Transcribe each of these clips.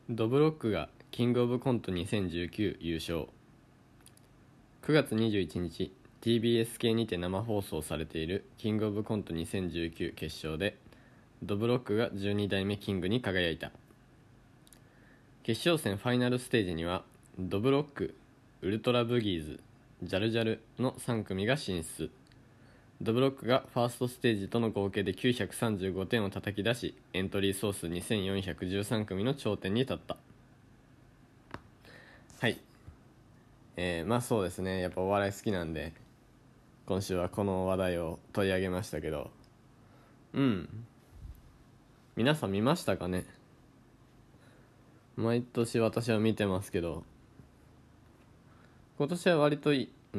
ドブロックがキングオブコント2019優勝。9月21日 TBS 系にて生放送されているキングオブコント2019決勝でドブロックが12代目キングに輝いた。決勝戦ファイナルステージにはドブロック、ウルトラブギーズ、ジャルジャルの3組が進出。ドブロックがファーストステージとの合計で935点を叩き出し、エントリー総数2413組の頂点に立った。はい、まあそうですね、やっぱお笑い好きなんで今週はこの話題を取り上げましたけど、皆さん見ましたかね。毎年私は見てますけど、今年は割と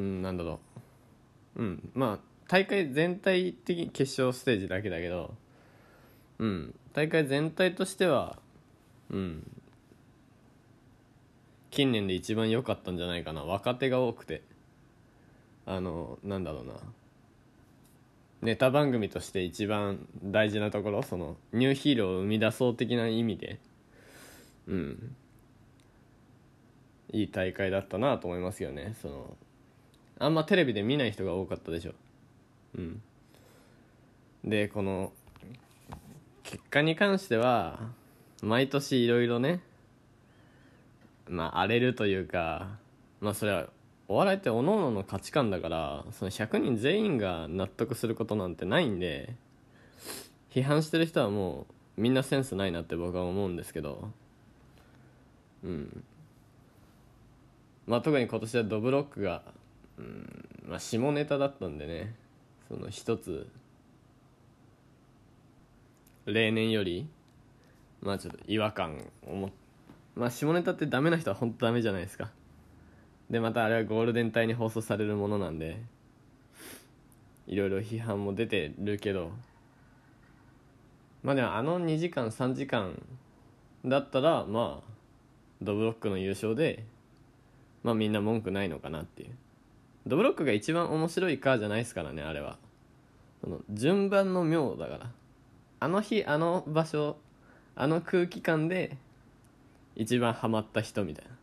まあ大会全体的に決勝ステージだけだけど、大会全体としては近年で一番良かったんじゃないかな。若手が多くて、ネタ番組として一番大事なところ、そのニューヒーローを生み出そう的な意味でいい大会だったなと思いますよね。あんまテレビで見ない人が多かったでしょ。でこの結果に関しては毎年いろいろね、荒れるというか、それはお笑いって各々の価値観だから、その100人全員が納得することなんてないんで、批判してる人はもうみんなセンスないなって僕は思うんですけど、特に今年はドブロックが下ネタだったんでね、その一つ例年よりちょっと違和感を下ネタってダメな人は本当ダメじゃないですか。でまたあれはゴールデン帯に放送されるものなんで、いろいろ批判も出てるけど、でも2時間3時間だったらドブロックの優勝でみんな文句ないのかなっていう。ドブロックが一番面白いかじゃないですからね、あれは。その順番の妙だから、あの日あの場所あの空気感で一番ハマった人みたいな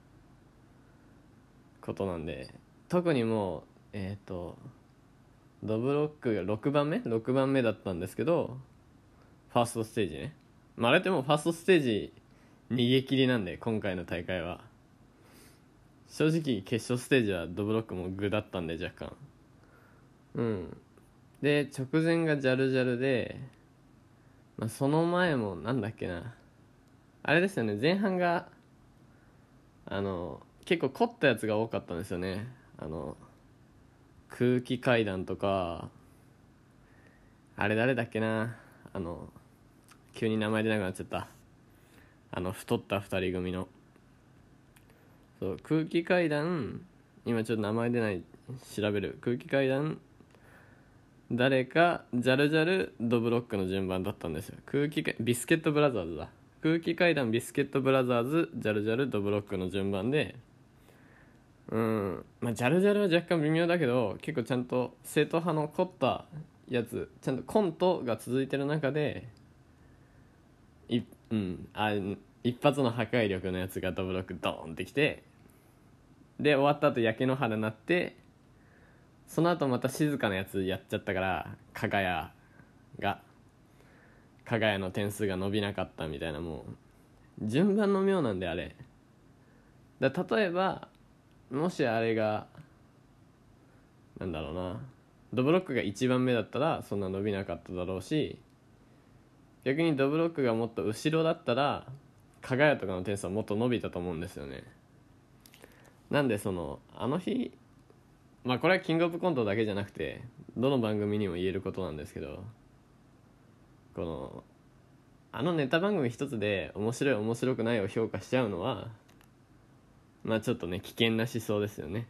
ことなんで、特にもうドブロックが6番目だったんですけど、ファーストステージね、あれってもうファーストステージ逃げ切りなんで、今回の大会は正直決勝ステージはドブロックもグだったんで若干で直前がジャルジャルで、その前もなんだっけな、あれですよね、前半が結構凝ったやつが多かったんですよね。空気階段とか、あれ誰だっけな、急に名前出なくなっちゃった、太った二人組の、そう空気階段、今ちょっと名前出ない、調べる。空気階段誰かジャルジャルドブロックの順番だったんですよ。ビスケットブラザーズだ。空気階段ビスケットブラザーズジャルジャルドブロックの順番で、ジャルジャルは若干微妙だけど、結構ちゃんと正統派の凝ったやつ、ちゃんとコントが続いてる中で一発の破壊力のやつがドブロックドーンってきて、で終わった後焼け野原になって、その後また静かなやつやっちゃったから、加賀谷の点数が伸びなかったみたいな、もう順番の妙なんであれだ。例えばもしあれがドブロックが1番目だったらそんな伸びなかっただろうし、逆にドブロックがもっと後ろだったら加賀谷とかの点数はもっと伸びたと思うんですよね。なんであの日、これはキングオブコントだけじゃなくてどの番組にも言えることなんですけど、ネタ番組一つで面白い面白くないを評価しちゃうのはちょっとね危険な思想ですよね。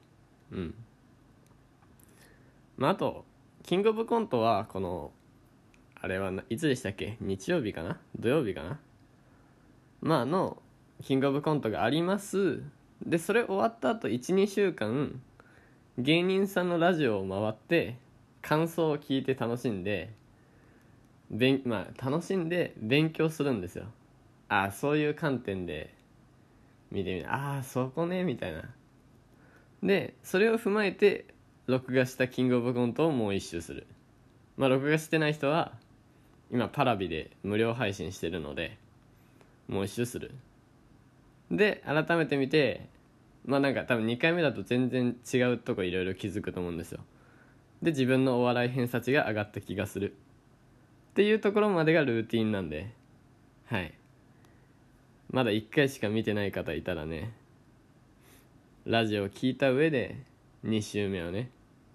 あとキングオブコントはあれはいつでしたっけ、日曜日かな土曜日かな、キングオブコントがあります。でそれ終わった後 1,2 週間芸人さんのラジオを回って感想を聞いて楽しんで勉強するんですよ。そういう観点で見てみて、ああそこねみたいな。でそれを踏まえて録画したキングオブコントをもう一周する。録画してない人は今パラビで無料配信してるのでもう一周する。で改めて見て、なんか多分2回目だと全然違うとこいろいろ気づくと思うんですよ。で自分のお笑い偏差値が上がった気がするっていうところまでがルーティンなんで、はい。まだ1回しか見てない方いたらね、ラジオを聞いた上で2週目をね、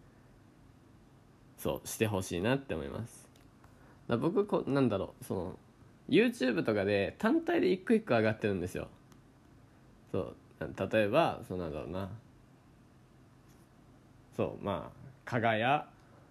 そうしてほしいなって思います。僕YouTube とかで単体で一個一個上がってるんですよ。そう例えば加賀屋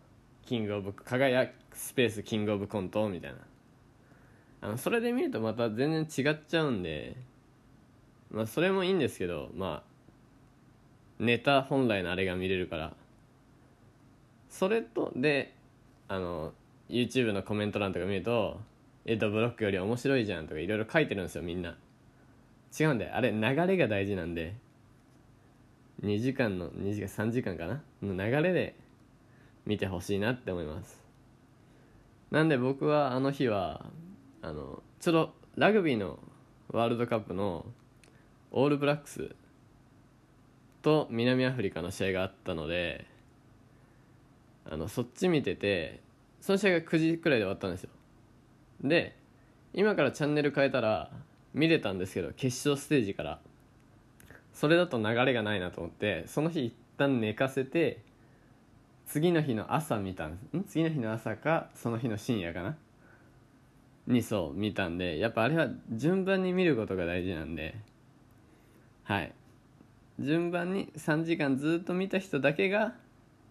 スペースキングオブコントみたいな、それで見るとまた全然違っちゃうんで、それもいいんですけど、ネタ本来のあれが見れるから、それとでYouTube のコメント欄とか見るとブロックより面白いじゃんとかいろいろ書いてるんですよみんな。違うんで、あれ流れが大事なんで、2時間3時間かなの流れで見てほしいなって思います。なんで僕はあの日はちょうどラグビーのワールドカップのオールブラックスと南アフリカの試合があったので、そっち見てて、その試合が9時くらいで終わったんですよ。で今からチャンネル変えたら見れたんですけど、決勝ステージからそれだと流れがないなと思って、その日一旦寝かせて次の日の朝かその日の深夜かなに見たんで、やっぱあれは順番に見ることが大事なんで、はい、順番に3時間ずっと見た人だけが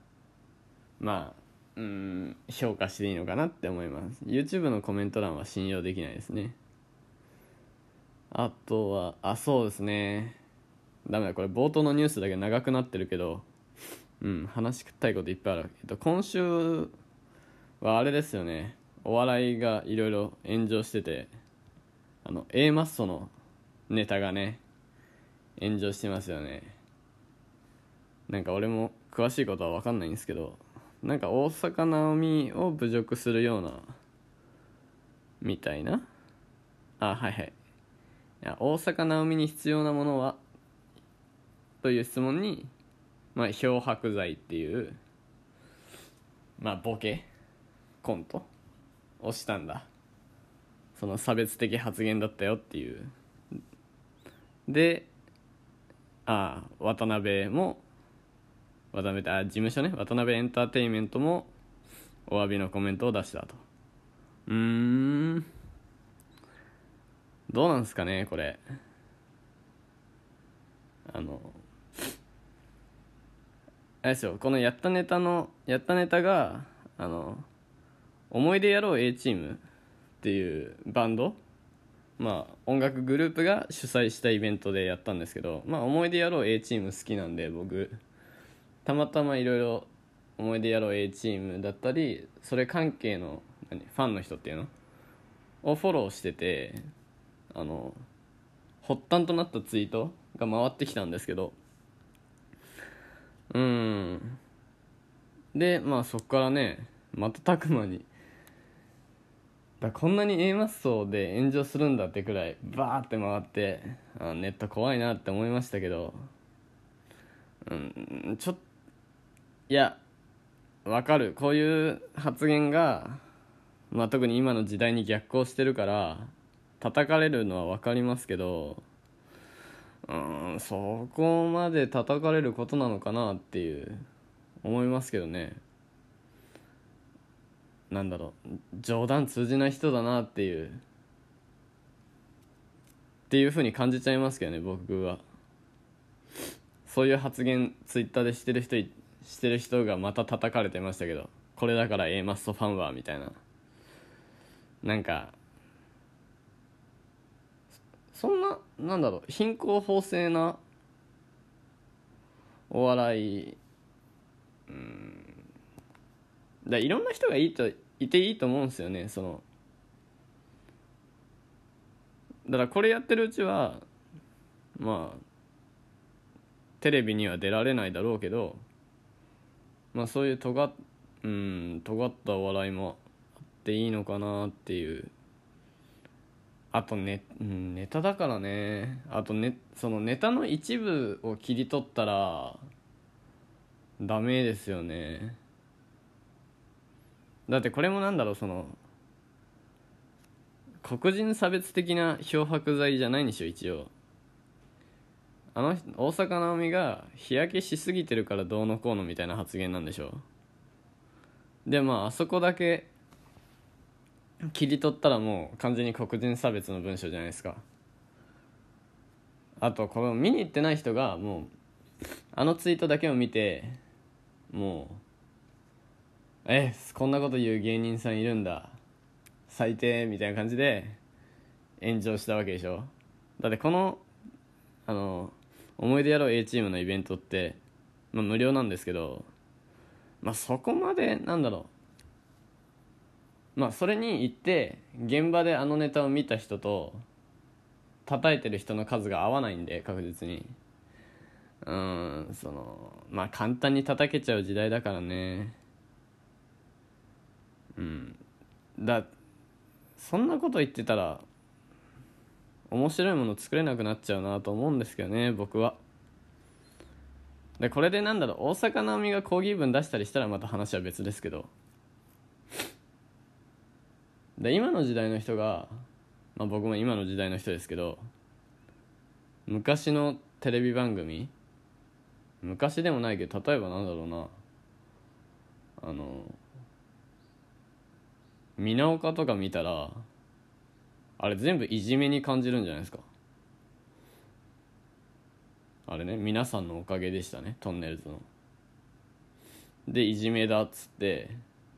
評価していいのかなって思います。 YouTube のコメント欄は信用できないですね。あとはそうですね、ダメだこれ冒頭のニュースだけ長くなってるけど、話したいこといっぱいある。今週はあれですよね、お笑いがいろいろ炎上してて、A マッソのネタがね炎上してますよね。なんか俺も詳しいことは分かんないんですけど、なんか大坂なおみを侮辱するようなみたいな、いや大坂なおみに必要なものはという質問に、漂白剤っていうボケコントをしたんだ。その差別的発言だったよっていう。で事務所ね、渡辺エンターテインメントもお詫びのコメントを出したと。どうなんすかねこれ。あれですよ、このやったネタが思い出やろう A チームっていうバンド、音楽グループが主催したイベントでやったんですけど、思い出やろう A チーム好きなんで、僕たまたまいろいろ思い出やろう A チームだったりそれ関係のファンの人っていうのをフォローしてて、発端となったツイートが回ってきたんですけど、でそっからね瞬く間にこんなに A マッソで炎上するんだってくらいバーって回って、ネット怖いなって思いましたけど、いやわかる、こういう発言が、特に今の時代に逆行してるから叩かれるのはわかりますけど、そこまで叩かれることなのかなっていう思いますけどね。冗談通じない人だなっていう風に感じちゃいますけどね、僕は。そういう発言ツイッターでしてる人がまた叩かれてましたけど、これだから A マッソファンはみたいな、そんな貧困法制なお笑い、いろんな人がいていいと思うんですよね。だからこれやってるうちはまあテレビには出られないだろうけど、まあそういう尖ったお笑いもあっていいのかなっていう。あとネタだからね。あとね、そのネタの一部を切り取ったらダメですよね。だってこれもなんだろう、その黒人差別的な漂白剤じゃないんでしょ一応。大坂なおみが日焼けしすぎてるからどうのこうのみたいな発言なんでしょ。でまああそこだけ切り取ったらもう完全に黒人差別の文章じゃないですか。あとこの見に行ってない人がもうあのツイートだけを見て、もうこんなこと言う芸人さんいるんだ最低みたいな感じで炎上したわけでしょ。だってこの思い出やろう A チームのイベントって、まあ、無料なんですけど、まあそこまでなんだろう、まあそれに行って現場であのネタを見た人と叩いてる人の数が合わないんで、確実にまあ簡単に叩けちゃう時代だからね。そんなこと言ってたら面白いもの作れなくなっちゃうなと思うんですけどね、僕は。でこれでなんだろう、大坂なおみが抗議文出したりしたらまた話は別ですけど、で今の時代の人が、まあ僕も今の時代の人ですけど、昔のテレビ番組、昔でもないけど、例えばなんだろうな、皆岡とか見たらあれ全部いじめに感じるんじゃないですか。あれね、皆さんのおかげでしたね、トンネルズの。でいじめだっつって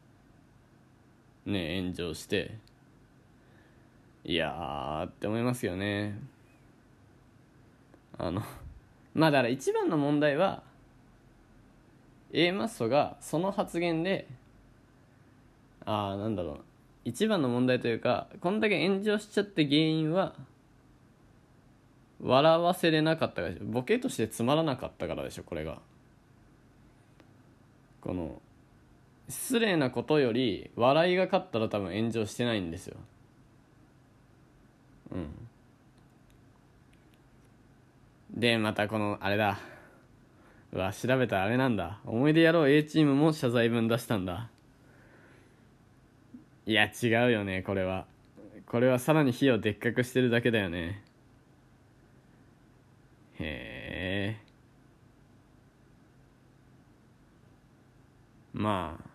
ね炎上して、いやーって思いますよね。まあだから一番の問題は A マッソがその発言で、なんだろう、一番の問題というか、こんだけ炎上しちゃって原因は笑わせれなかったからでしょ。ボケとしてつまらなかったからでしょ。これがこの失礼なことより笑いが勝ったら多分炎上してないんですよ。でまたこのあれだ、調べたらあれなんだ、思い出やろう A チームも謝罪文出したんだ。いや違うよね、これはさらに火をでっかくしてるだけだよね。へえ。まあ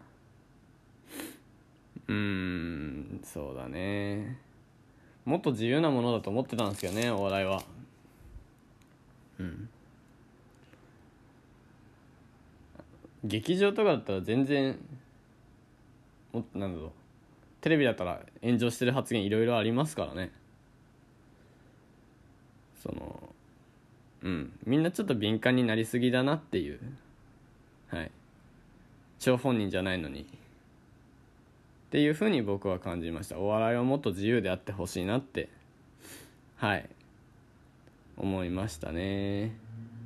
そうだね、もっと自由なものだと思ってたんですけどね、お笑いは。劇場とかだったら全然もっとなんだろう、テレビだったら炎上してる発言いろいろありますからね。みんなちょっと敏感になりすぎだなっていう。はい、張本人じゃないのにっていう風に僕は感じました。お笑いはもっと自由であってほしいなって、はい思いましたね。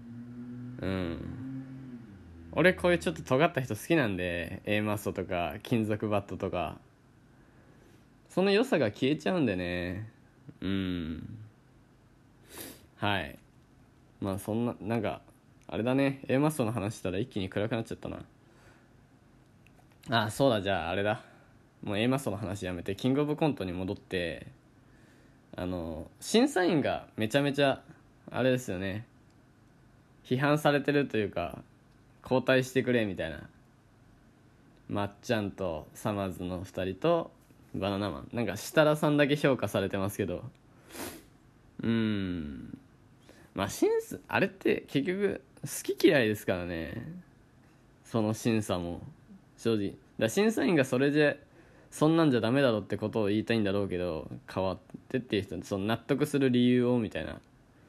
俺こういうちょっと尖った人好きなんで、 A マッソとか金属バットとか、その良さが消えちゃうんでね。はい。まあそんな、なんかあれだね、 A マッソの話したら一気に暗くなっちゃったな。そうだ、じゃああれだ、もう A マッソの話やめてキングオブコントに戻って、審査員がめちゃめちゃあれですよね、批判されてるというか、交代してくれみたいな。まっちゃんとサマーズの2人とバナナマン、なんか設楽さんだけ評価されてますけど、まああれって結局好き嫌いですからね、その審査も。正直審査員がそれでそんなんじゃダメだろってことを言いたいんだろうけど、変わってっていう人、その納得する理由をみたいな、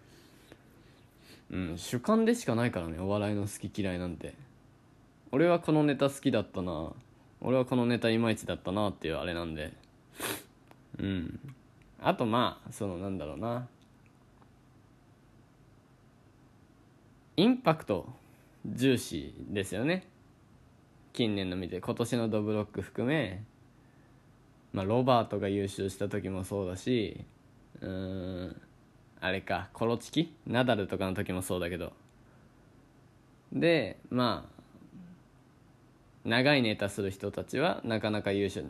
主観でしかないからね、お笑いの好き嫌いなんて。俺はこのネタ好きだったな、俺はこのネタいまいちだったなっていうあれなんで。あとまあなんだろうな、 インパクト重視ですよね。近年の見て今年のドブロック含め、ロバートが優勝した時もそうだし、あれかコロチキナダルとかの時もそうだけど、で長いネタする人たちはなかなか優勝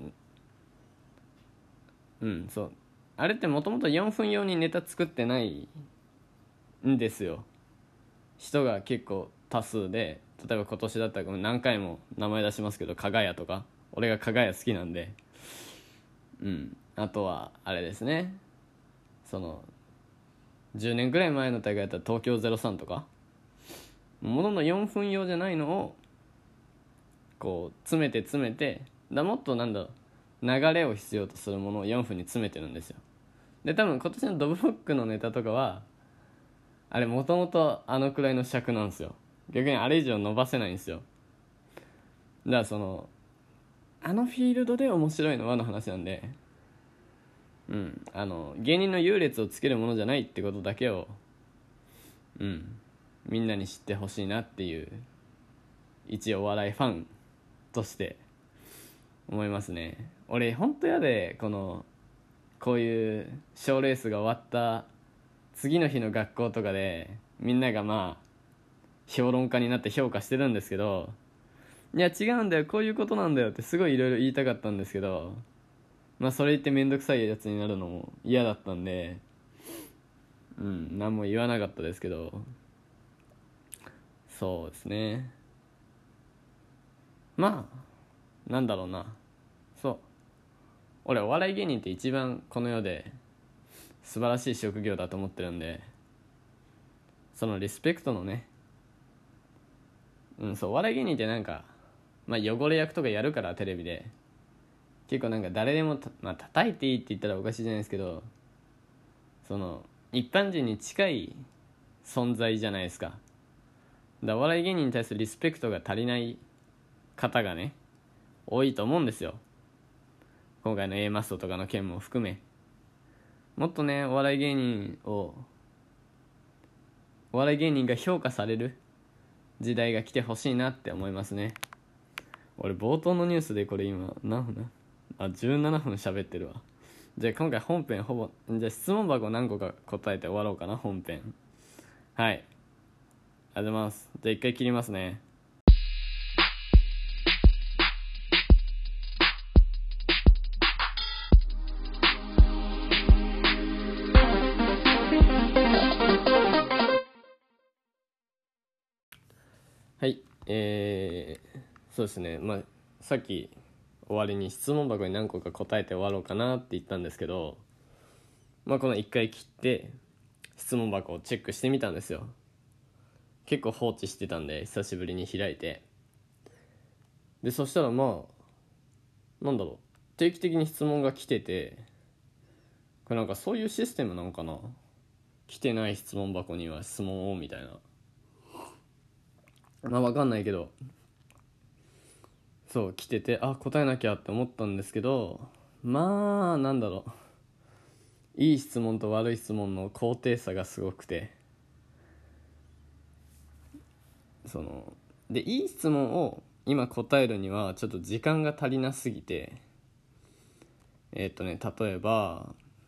そうあれってもともと4分用にネタ作ってないんですよ。人が結構多数で、例えば今年だったら何回も名前出しますけど、加賀谷とか、俺が加賀谷好きなんで、あとはあれですね、その10年ぐらい前の大会だったら東京03とか、ものの4分用じゃないのをこう詰めてもっと流れを必要とするものを4分に詰めてるんですよ。で多分今年のドブロックのネタとかはあれもともとあのくらいの尺なんですよ。逆にあれ以上伸ばせないんですよ。だからあのフィールドで面白いのはの話なんで、芸人の優劣をつけるものじゃないってことだけをみんなに知ってほしいなっていう、一お笑いファンとして思いますね。俺ほんと嫌で、こういう賞レースが終わった次の日の学校とかでみんなが評論家になって評価してるんですけど、いや違うんだよこういうことなんだよってすごいいろいろ言いたかったんですけど、それ言ってめんどくさいやつになるのも嫌だったんで何も言わなかったですけど、そうですね、なんだろうな、そう俺お笑い芸人って一番この世で素晴らしい職業だと思ってるんで、そのリスペクトのね、そうお笑い芸人って汚れ役とかやるからテレビで結構誰でも叩いていいって言ったらおかしいじゃないですけど、一般人に近い存在じゃないですか。お笑い芸人に対するリスペクトが足りない方がね多いと思うんですよ。今回の A マストとかの件も含め、もっとねお笑い芸人が評価される時代が来てほしいなって思いますね。俺冒頭のニュースでこれ今何分17分喋ってるわ。じゃあ今回本編じゃあ質問箱何個か答えて終わろうかな。本編はい、ありがとうございます。じゃあ一回切りますね。はい、そうですね、さっき終わりに質問箱に何個か答えて終わろうかなって言ったんですけど、この1回切って質問箱をチェックしてみたんですよ。結構放置してたんで久しぶりに開いて、でそしたら定期的に質問が来てて、これそういうシステムなのかな、来てない質問箱には質問をみたいな、分かんないけどそう来てて、答えなきゃって思ったんですけど、いい質問と悪い質問の高低差がすごくて、いい質問を今答えるにはちょっと時間が足りなすぎて、例えば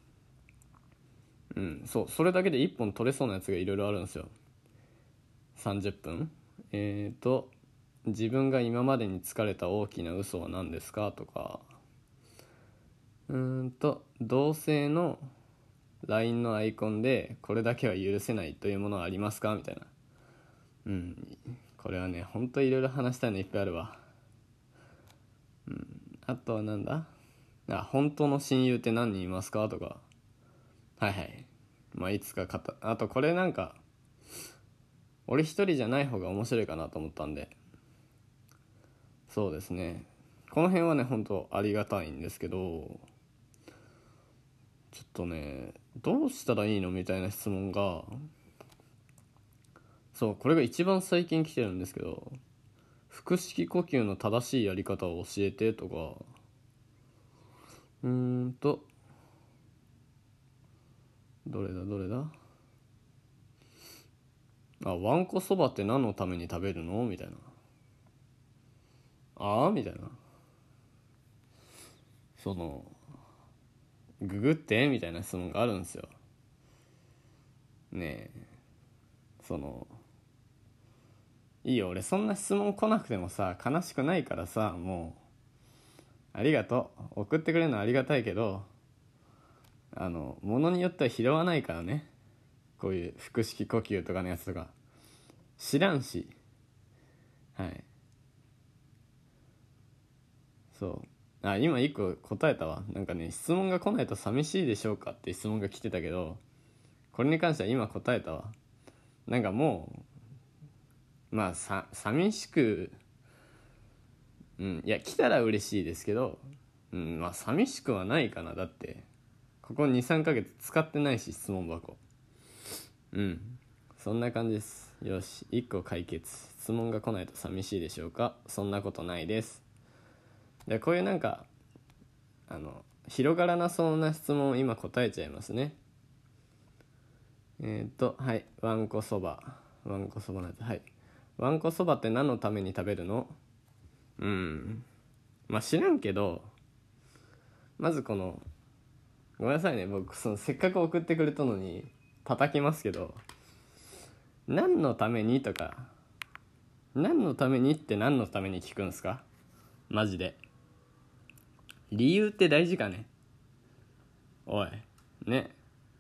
それだけで1本取れそうなやつがいろいろあるんですよ。30分自分が今までに疲れた大きな嘘は何ですかとか、同性の LINE のアイコンでこれだけは許せないというものはありますかみたいな。これはねほんといろいろ話したいのいっぱいあるわ。あとは本当の親友って何人いますかとか、いつかあとこれ俺一人じゃない方が面白いかなと思ったんで、そうですね、この辺はね本当ありがたいんですけど、ちょっとねどうしたらいいのみたいな質問が、これが一番最近来てるんですけど、腹式呼吸の正しいやり方を教えてとか、どれだわんこそばって何のために食べるのみたいな。みたいな。ググってみたいな質問があるんですよ。ねえ、いいよ、俺そんな質問来なくてもさ、悲しくないからさ、もうありがとう、送ってくれるのはありがたいけど、ものによっては拾わないからね。こういう腹式呼吸とかのやつとか知らんし。はい。今一個答えたわ。なんかね、質問が来ないと寂しいでしょうかって質問が来てたけど、これに関しては今答えたわ。なんかもう寂しく、いや来たら嬉しいですけど、寂しくはないかな。だってここ 2,3 ヶ月使ってないし、質問箱。そんな感じです。よし、1個解決。質問が来ないと寂しいでしょうか。そんなことないです。で、こういうなんか広がらなそうな質問を今答えちゃいますね。はい。わんこそばのやつ。はい。わんこそばって何のために食べるの？知らんけど、まずごめんなさいね、僕せっかく送ってくれたのに叩きますけど、何のためにとか、何のためにって何のために聞くんすか？マジで理由って大事かね。おいね。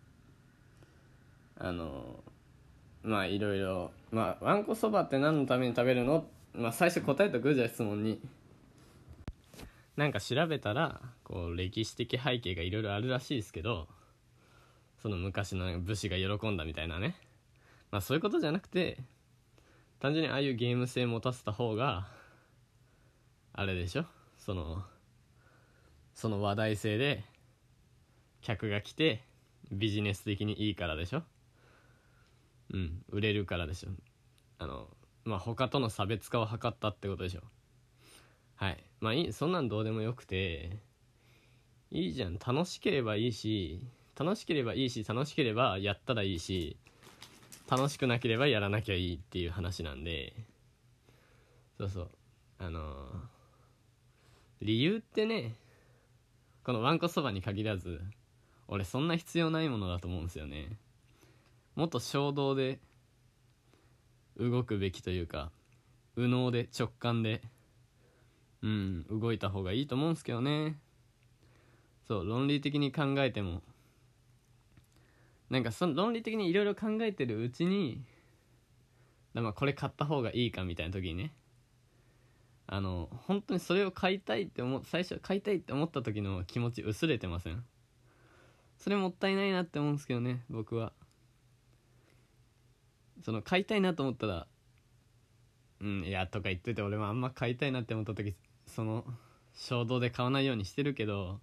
いろいろ、わんこそばって何のために食べるの？最初答えとくじゃあ、質問に。なんか調べたら歴史的背景がいろいろあるらしいですけど、その昔の武士が喜んだみたいなね、そういうことじゃなくて、単純にああいうゲーム性持たせた方があれでしょ。その話題性で客が来てビジネス的にいいからでしょ。売れるからでしょ。他との差別化を図ったってことでしょ。はい。いい、そんなんどうでもよくていいじゃん。楽しければ楽しければやったらいいし、楽しくなければやらなきゃいいっていう話なんで、理由ってね、このわんこそばに限らず俺そんな必要ないものだと思うんですよね。もっと衝動で動くべきというか、右脳で直感で動いた方がいいと思うんですけどね。論理的に考えても、なんか論理的にいろいろ考えてるうちに、これ買った方がいいかみたいな時にね、本当にそれを最初買いたいって思った時の気持ち薄れてません？それもったいないなって思うんですけどね、僕は。買いたいなと思ったら、いやとか言ってて、俺もあんま買いたいなって思った時衝動で買わないようにしてるけど、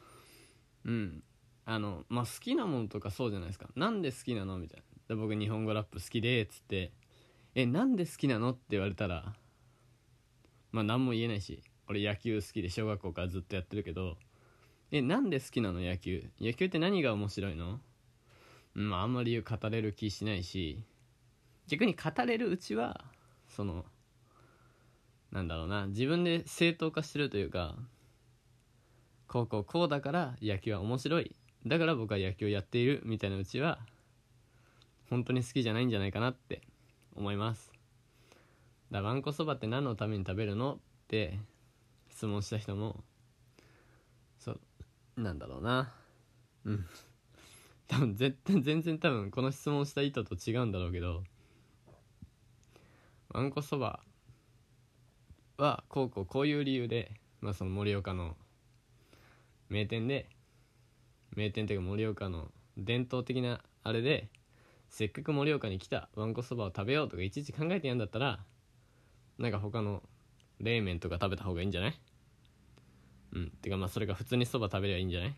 好きなものとかそうじゃないですか。なんで好きなのみたいな。で、僕日本語ラップ好きでっつって、なんで好きなのって言われたら何も言えないし、俺野球好きで小学校からずっとやってるけど、なんで好きなの？野球って何が面白いの？あんまり語れる気しないし、逆に語れるうちはなんだろうな、自分で正当化してるというか、こうだから野球は面白い、だから僕は野球をやっているみたいなうちは本当に好きじゃないんじゃないかなって思います。わんこそばって何のために食べるのって質問した人も、なんだろうな、多分全然多分この質問した意図と違うんだろうけど、わんこそばはこういう理由で、その盛岡の名店っていうか盛岡の伝統的なあれで、せっかく盛岡に来たわんこそばを食べようとかいちいち考えてやんだったら、なんか他の冷麺とか食べた方がいいんじゃない？てかそれが普通にそば食べればいいんじゃない？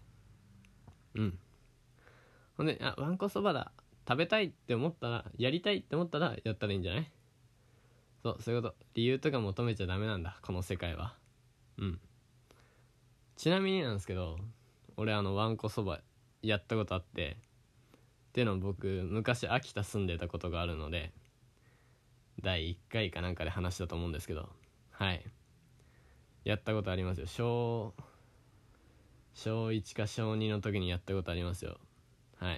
ほんで、わんこそばだ、食べたいって思ったら、やりたいって思ったらやったらいいんじゃない？そういうこと。理由とか求めちゃダメなんだ、この世界は。ちなみになんですけど、俺わんこそばやったことあって、っていうのも僕昔秋田住んでたことがあるので、 第1回かなんかで話したと思うんですけど、はい、やったことありますよ。小1か小2の時にやったことありますよ。はい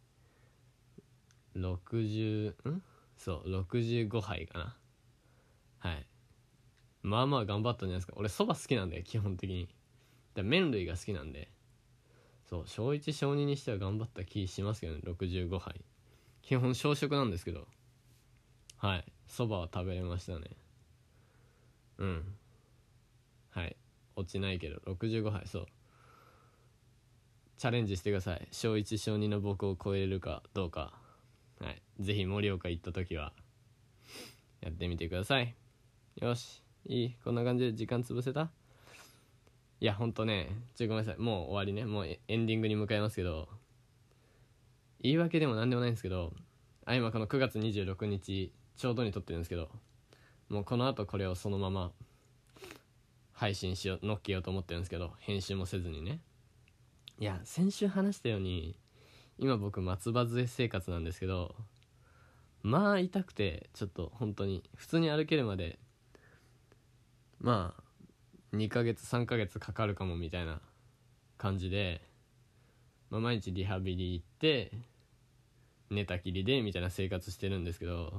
。65杯かな。はい。まあまあ頑張ったんじゃないですか。俺そば好きなんで基本的に。麺類が好きなんで、そう小1小2にしては頑張った気しますけどね。65杯基本小食なんですけど、はい、そばは食べれましたね。うん、はい、落ちないけど65杯、そう、チャレンジしてください。小1小2の僕を超えれるかどうか。はい、ぜひ盛岡行った時はやってみてください。よし、いい、こんな感じで時間潰せた。いやほんとね、ごめんなさい、もう終わりね。もうエンディングに向かいますけど、言い訳でもなんでもないんですけど、今この9月26日ちょうどに撮ってるんですけど、もうこの後これをそのまま配信しよう、乗っけようと思ってるんですけど、編集もせずにね。いや先週話したように今僕松葉杖生活なんですけど、まあ痛くて、ちょっと本当に普通に歩けるまでまあ2ヶ月3ヶ月かかるかもみたいな感じで、毎日リハビリ行って寝たきりでみたいな生活してるんですけど、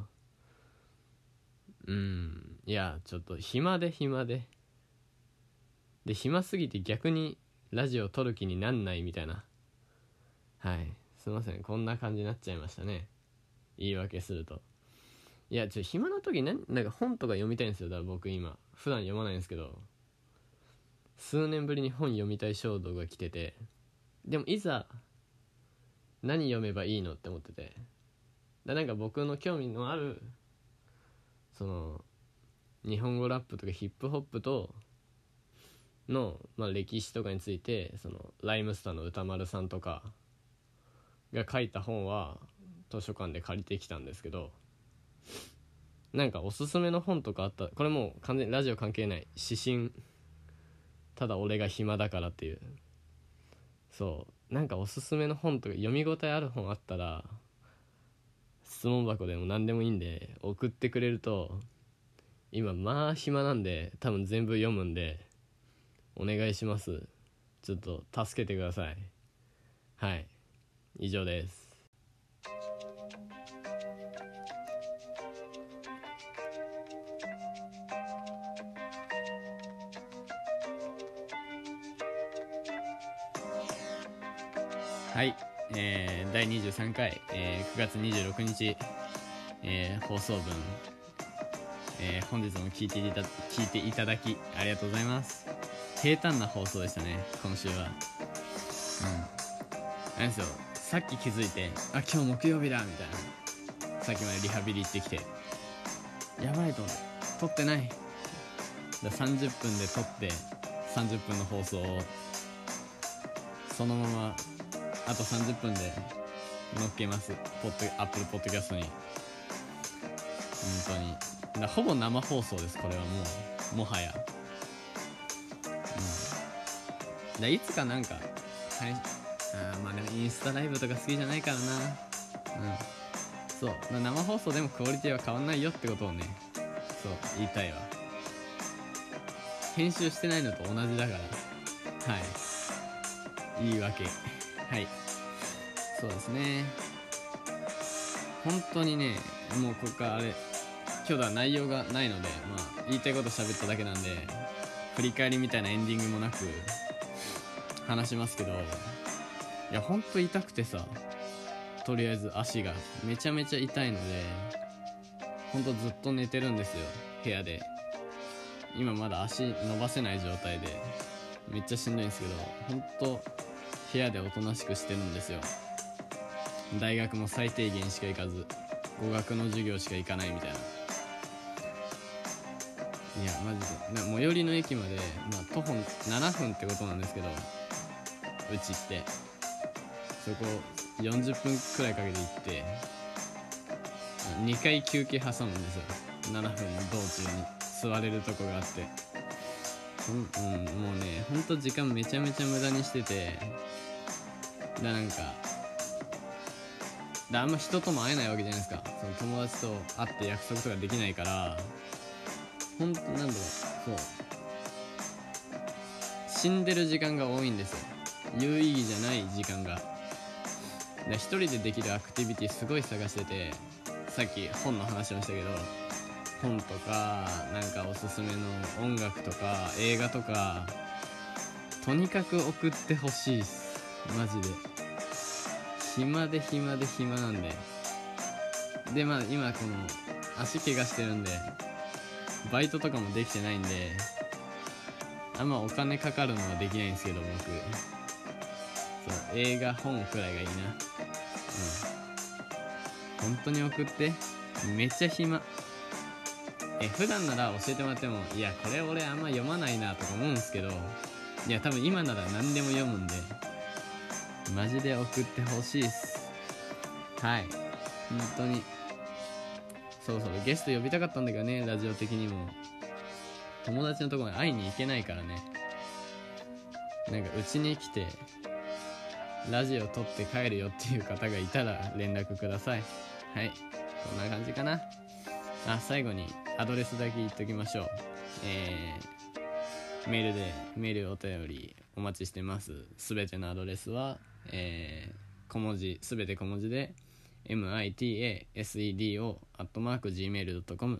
いやちょっと暇で暇すぎて逆にラジオ撮る気になんないみたいな。はい、すいません、こんな感じになっちゃいましたね、言い訳すると。いや暇な時なんか本とか読みたいんですよ。だから僕今普段読まないんですけど、数年ぶりに本読みたい衝動が来てて、でもいざ何読めばいいのって思ってて、なんか僕の興味のあるその日本語ラップとかヒップホップとの、歴史とかについて、そのライムスターの歌丸さんとかが書いた本は図書館で借りてきたんですけど、なんかおすすめの本とかあった。これもう完全にラジオ関係ない指針、ただ俺が暇だからっていう。そうなんかおすすめの本とか読み応えある本あったら質問箱でも何でもいいんで送ってくれると、今暇なんで多分全部読むんでお願いします。ちょっと助けてください。はい、以上です。はい、第23回、9月26日、放送分、本日も聞いていただきありがとうございます。平坦な放送でしたね、今週は。あれですよ、さっき気づいて、今日木曜日だみたいな。さっきまでリハビリ行ってきて、やばいと思って撮ってない。30分で撮って30分の放送をそのままあと30分で乗っけます。アップルポッドキャストに。本当にほぼ生放送です、これは。もはや、いつかなんか、はい、でもインスタライブとか好きじゃないからな。そう生放送でもクオリティは変わんないよってことをね、そう言いたいわ。編集してないのと同じだから。はい、言い訳。はい、そうですね。本当にね、もうここから今日は内容がないので、言いたいこと喋っただけなんで振り返りみたいなエンディングもなく話しますけど、いやほんと痛くてさ、とりあえず足がめちゃめちゃ痛いので、ほんとずっと寝てるんですよ、部屋で。今まだ足伸ばせない状態でめっちゃしんどいんですけど、ほんと部屋でおとなしくしてるんですよ。大学も最低限しか行かず語学の授業しか行かないみたいな。いやマジで最寄りの駅まで、徒歩7分ってことなんですけど、うちってそこ40分くらいかけて行って2回休憩挟むんですよ。7分の道中に座れるとこがあって、もうねほんと時間めちゃめちゃ無駄にしてて、 あんま人とも会えないわけじゃないですか。その友達と会って約束とかできないから、ほんとなんだろう、そう死んでる時間が多いんですよ。有意義じゃない時間が。で一人でできるアクティビティすごい探してて、さっき本の話もしたけど、本とかなんかおすすめの音楽とか映画とか、とにかく送ってほしいっすマジで。暇で暇で暇なんで。でまあ今この足怪我してるんでバイトとかもできてないんで、あんまお金かかるのはできないんですけど、僕そう映画本くらいがいいな。本当に送って。めっちゃ暇。普段なら教えてもらっても、いやこれ俺あんま読まないなとか思うんですけど、いや多分今なら何でも読むんで、マジで送ってほしいっす。はい、本当に。そうそうゲスト呼びたかったんだけどね、ラジオ的にも。友達のところに会いに行けないからね。なんかうちに来てラジオ撮って帰るよっていう方がいたら連絡ください。はい、こんな感じかな。最後にアドレスだけ言っときましょう。メールお便りお待ちしてます。すべてのアドレスは、小文字すべて小文字で mitasedo@gmail.com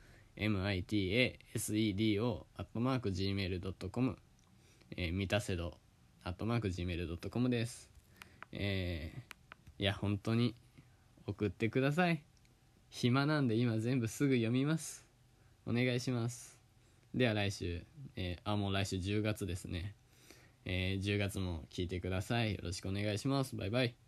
mitasedo@gmail.com ミタセド@gmail.com です。いや本当に送ってください。暇なんで今全部すぐ読みます。お願いします。では来週、もう来週10月ですね。10月も聞いてください。よろしくお願いします。バイバイ。